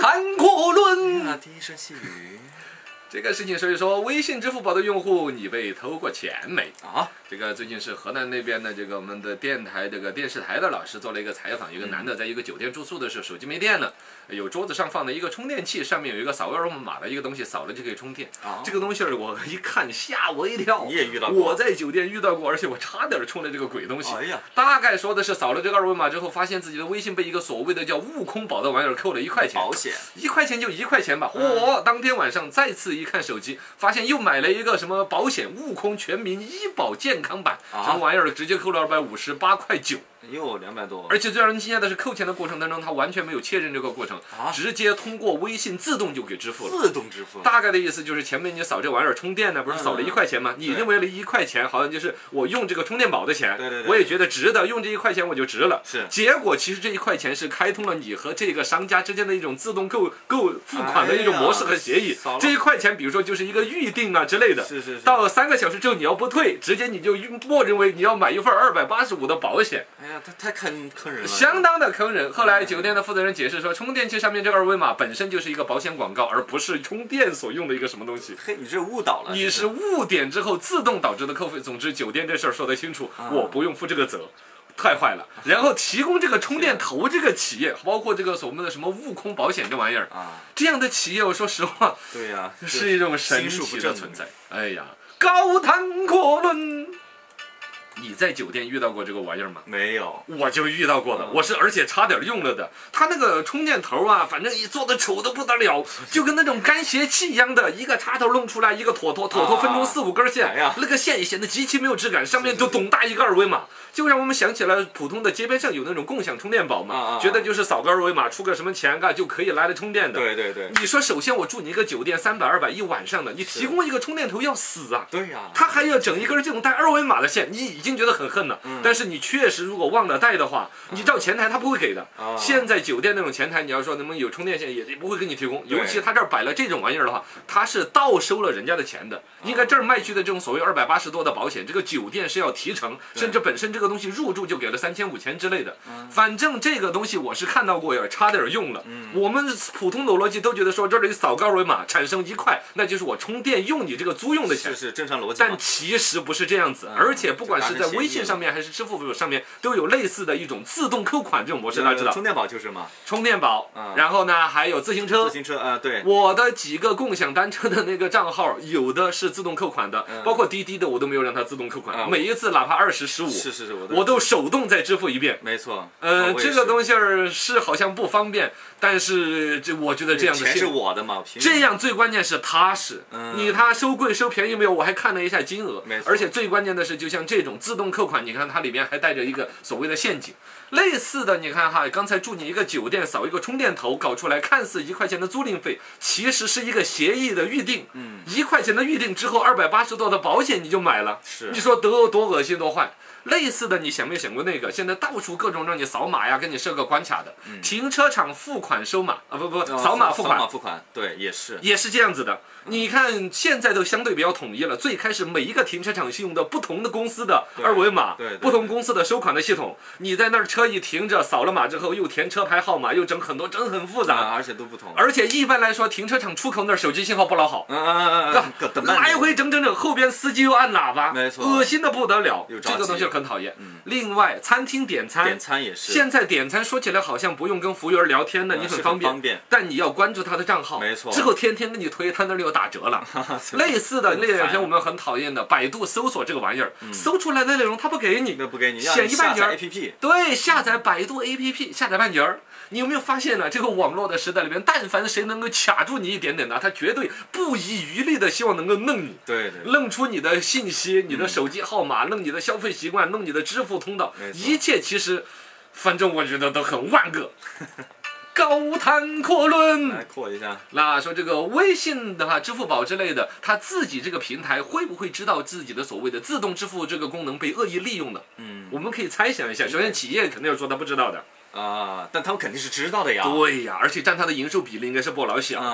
谈阔论。 低声细语。 这个事情，所以说微信、支付宝的用户，你被偷过钱没？ 啊， 这个最近是河南那边的这个我们的电视台的老师做了一个采访，有个男的在一个酒店住宿的时候，手机没电了，有桌子上放的一个充电器，上面有一个扫二维码的一个东西，扫了就可以充电。这个东西我一看吓我一跳。 你也遇到过？ 我在酒店遇到过，而且我差点充了这个鬼东西。 哎呀， 大概说的是扫了这个二维码之后，发现自己的微信被一个所谓的叫悟空宝的玩意儿扣了1块钱。 保险 1块钱就1块钱吧。当天晚上再次一看手机，发现又买了一个什么保险悟空全民医保健康版，什么玩意儿直接扣了258.9块。 又200多， 而且最让人惊讶的是，扣钱的过程当中，他完全没有确认这个过程，直接通过微信自动就给支付了。 自动支付， 大概的意思就是前面你扫这玩意儿充电呢，不是扫了1块钱吗？你认为了1块钱好像就是我用这个充电宝的钱， 对， 我也觉得值得，用这1块钱我就值了。 是， 结果其实这1块钱是开通了你和这个商家之间的一种自动购付款的一种模式和协议。这1块钱，比如说就是一个预定啊之类的， 是。 到3个小时之后你要不退，直接你就默认为你要买一份285的保险。 哎呀，他太坑人了， 相当的坑人。后来酒店的负责人解释说，充电器上面这个二维码本身就是一个保险广告，而不是充电所用的一个什么东西。 嘿，你这误导了， 你是误点之后自动导致的扣费。总之，酒店这事儿说得清楚，我不用负这个责。太坏了！然后提供这个充电头这个企业，包括这个所谓的什么悟空保险这玩意儿这样的企业，我说实话， 对呀， 是一种神奇的存在。哎呀，高谈阔论。你在酒店遇到过这个玩意儿吗？ 没有， 我就遇到过的，而且差点用了的。它那个充电头啊，反正一做的丑的不得了，就跟那种干鞋器一样的，一个插头弄出来，一个妥分出4、5根线，那个线也显得极其没有质感，上面就咚大一个二维码，就让我们想起了普通的街边上有那种共享充电宝嘛，觉得就是扫个二维码，出个什么钱就可以来充电的。 对。 你说首先我住你一个酒店300、200一晚上的，你提供一个充电头要死啊！ 对呀， 他还要整一根这种带二维码的线，你已经觉得很恨了。但是你确实如果忘了带的话，你照前台他不会给的。现在酒店那种前台，你要说能不能有充电线，也不会给你提供。尤其他这儿摆了这种玩意儿的话，他是倒收了人家的钱的。应该这儿卖去的这种所谓280多的保险，这个酒店是要提成，甚至本身这个东西入住就给了3000、5000之类的。反正这个东西我是看到过，也差点用了。我们普通的逻辑都觉得说这里扫个二维码产生1块，那就是我充电用你这个租用的钱， 是正常逻辑。 但其实不是这样子，而且不管是在微信上面还是支付宝上面，都有类似的一种自动扣款这种模式，大家知道。 充电宝就是嘛， 充电宝，然后呢还有自行车， 对。 我的几个共享单车的那个账号，有的是自动扣款的，包括滴滴的我都没有让它自动扣款，每一次哪怕20、15， 是， 我都手动再支付一遍。 没错。 这个东西是好像不方便，但是我觉得这样的钱是我的嘛， 这样最关键是踏实。他收贵收便宜没有？我还看了一下金额，而且最关键的是，就像这种自动扣款，你看它里面还带着一个所谓的陷阱。类似的，你看哈，刚才住你一个酒店，扫一个充电头，搞出来看似1块钱的租赁费，其实是一个协议的预定。1块钱的预定之后，280多的保险你就买了，你说多恶心多坏。类似的，你想没有想过那个？现在到处各种让你扫码呀，给你设个关卡的，停车场付款收码扫码付款， 对，也是这样子的。你看现在都相对比较统一了，最开始每一个停车场是用的不同的公司的二维码，不同公司的收款的系统。你在那儿车一停着，扫了码之后又填车牌号码，又整很多，整很复杂， 而且都不同。 而且一般来说，停车场出口那儿手机信号不老好，来回整，后边司机又按喇叭， 没错， 恶心的不得了。这个东西很讨厌。另外，餐厅点餐也是。 现在点餐说起来好像不用跟服务员聊天的，你很方便，但你要关注他的账号， 没错。 之后天天给你推，他那里又打折了。类似的那两天我们很讨厌的，百度搜索这个玩意儿，搜出来的内容他不给你，显一半截儿。对，下载百度 APP， 下载半截儿。你有没有发现呢？这个网络的时代里面，但凡谁能够卡住你一点点的，他绝对不遗余力的希望能够弄你，弄出你的信息、你的手机号码、弄你的消费习惯、弄你的支付通道，一切其实，反正我觉得都很万恶。高谈阔论， 来扩一下。 那说这个微信的话，支付宝之类的，他自己这个平台会不会知道自己的所谓的自动支付这个功能被恶意利用了？我们可以猜想一下。首先，企业肯定是说他不知道的。 但他们肯定是知道的呀。 对呀，而且占他的营收比例应该是不老小。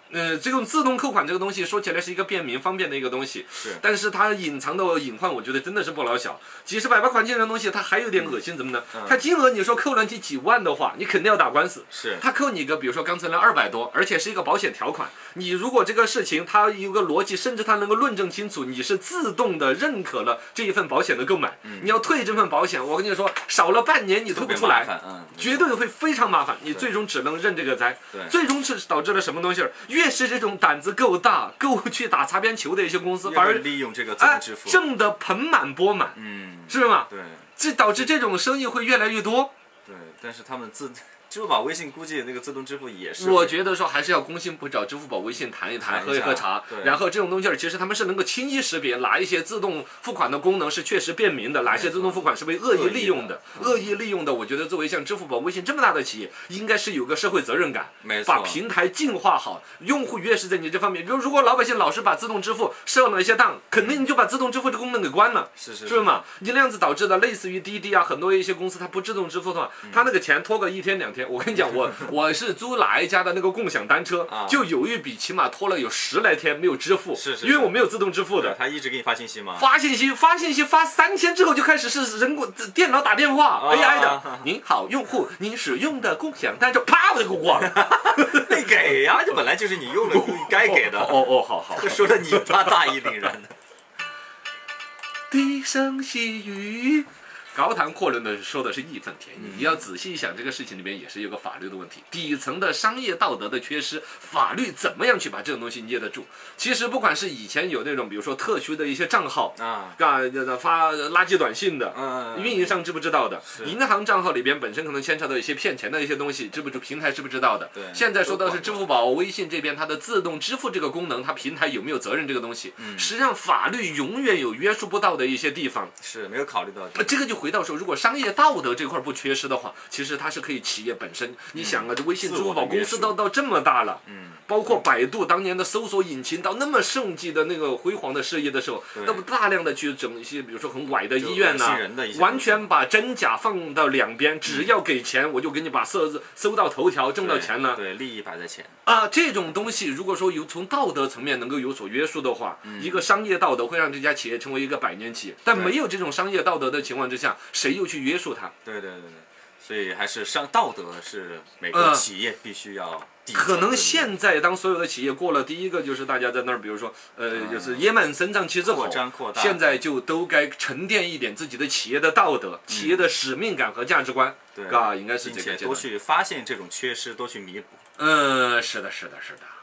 这种自动扣款这个东西说起来是一个便民方便的一个东西，但是它隐藏的隐患，我觉得真的是不老小。几十百把款进的东西，它还有点恶心，怎么呢？它金额你说扣了你几万的话，你肯定要打官司。它扣你个，比如说刚才那200多，而且是一个保险条款。你如果这个事情它有个逻辑，甚至它能够论证清楚，你是自动的认可了这一份保险的购买，你要退这份保险，我跟你说，少了半年你退不出来，绝对会非常麻烦，你最终只能认这个灾。最终是导致了什么东西？越是这种胆子够大、够去打擦边球的一些公司，反而利用这个自动支付， 挣得盆满钵满，是吗？ 对， 这导致这种生意会越来越多。 对，但是他们支付宝、微信估计那个自动支付也是。 我觉得说还是要工信部找支付宝、微信谈一谈，喝一喝茶。然后这种东西其实他们是能够轻易识别哪一些自动付款的功能是确实便民的，哪些自动付款是被恶意利用的。恶意利用的，我觉得作为像支付宝、微信这么大的企业，应该是有个社会责任感，把平台净化好，用户越是在你这方面，比如如果老百姓老是把自动支付设了一些档，肯定你就把自动支付的功能给关了，是嘛？你那样子导致的，类似于滴滴啊，很多一些公司它不自动支付的话，它那个钱拖个1天2天，我跟你讲我是租哪一家的那个共享单车，就有一笔起码拖了有10来天没有支付，因为我没有自动支付的。 他一直给你发信息吗？ 发信息发3天之后就开始是电脑打电话 AI 的，您好用户，您使用的共享单车，啪我就给我挂了。 没给呀，这本来就是你用的，你该给的。 好， 说的你大义凛然的。 低声细语。高谈阔论的说的是义愤填膺，你要仔细想，这个事情里面也是有个法律的问题，底层的商业道德的缺失，法律怎么样去把这种东西捏得住？其实不管是以前有那种比如说特区的一些账号发垃圾短信的，运营商知不知道的？银行账号里边本身可能牵扯到一些骗钱的一些东西，平台是不知道的？现在说到是支付宝、微信这边它的自动支付这个功能，它平台有没有责任这个东西？实际上法律永远有约束不到的一些地方， 是没有考虑到这个就回到说，如果商业道德这块不缺失的话，其实它是可以企业本身。你想啊，这微信、支付宝公司到这么大了，包括百度当年的搜索引擎到那么盛极的那个辉煌的事业的时候，那么大量的去整一些，比如说很歪的医院呐，完全把真假放到两边，只要给钱，我就给你把搜到头条，挣到钱了。 对，利益摆在前啊，这种东西如果说从道德层面能够有所约束的话，一个商业道德会让这家企业成为一个100年企业。但没有这种商业道德的情况之下，谁又去约束它？ 对，所以还是道德是每个企业必须要。 可能现在当所有的企业过了第一个就是大家在那儿，比如说就是野蛮生长期之后，现在就都该沉淀一点自己的企业的道德、企业的使命感和价值观，应该是这个阶段。 多去发现这种缺失，多去弥补。 是的。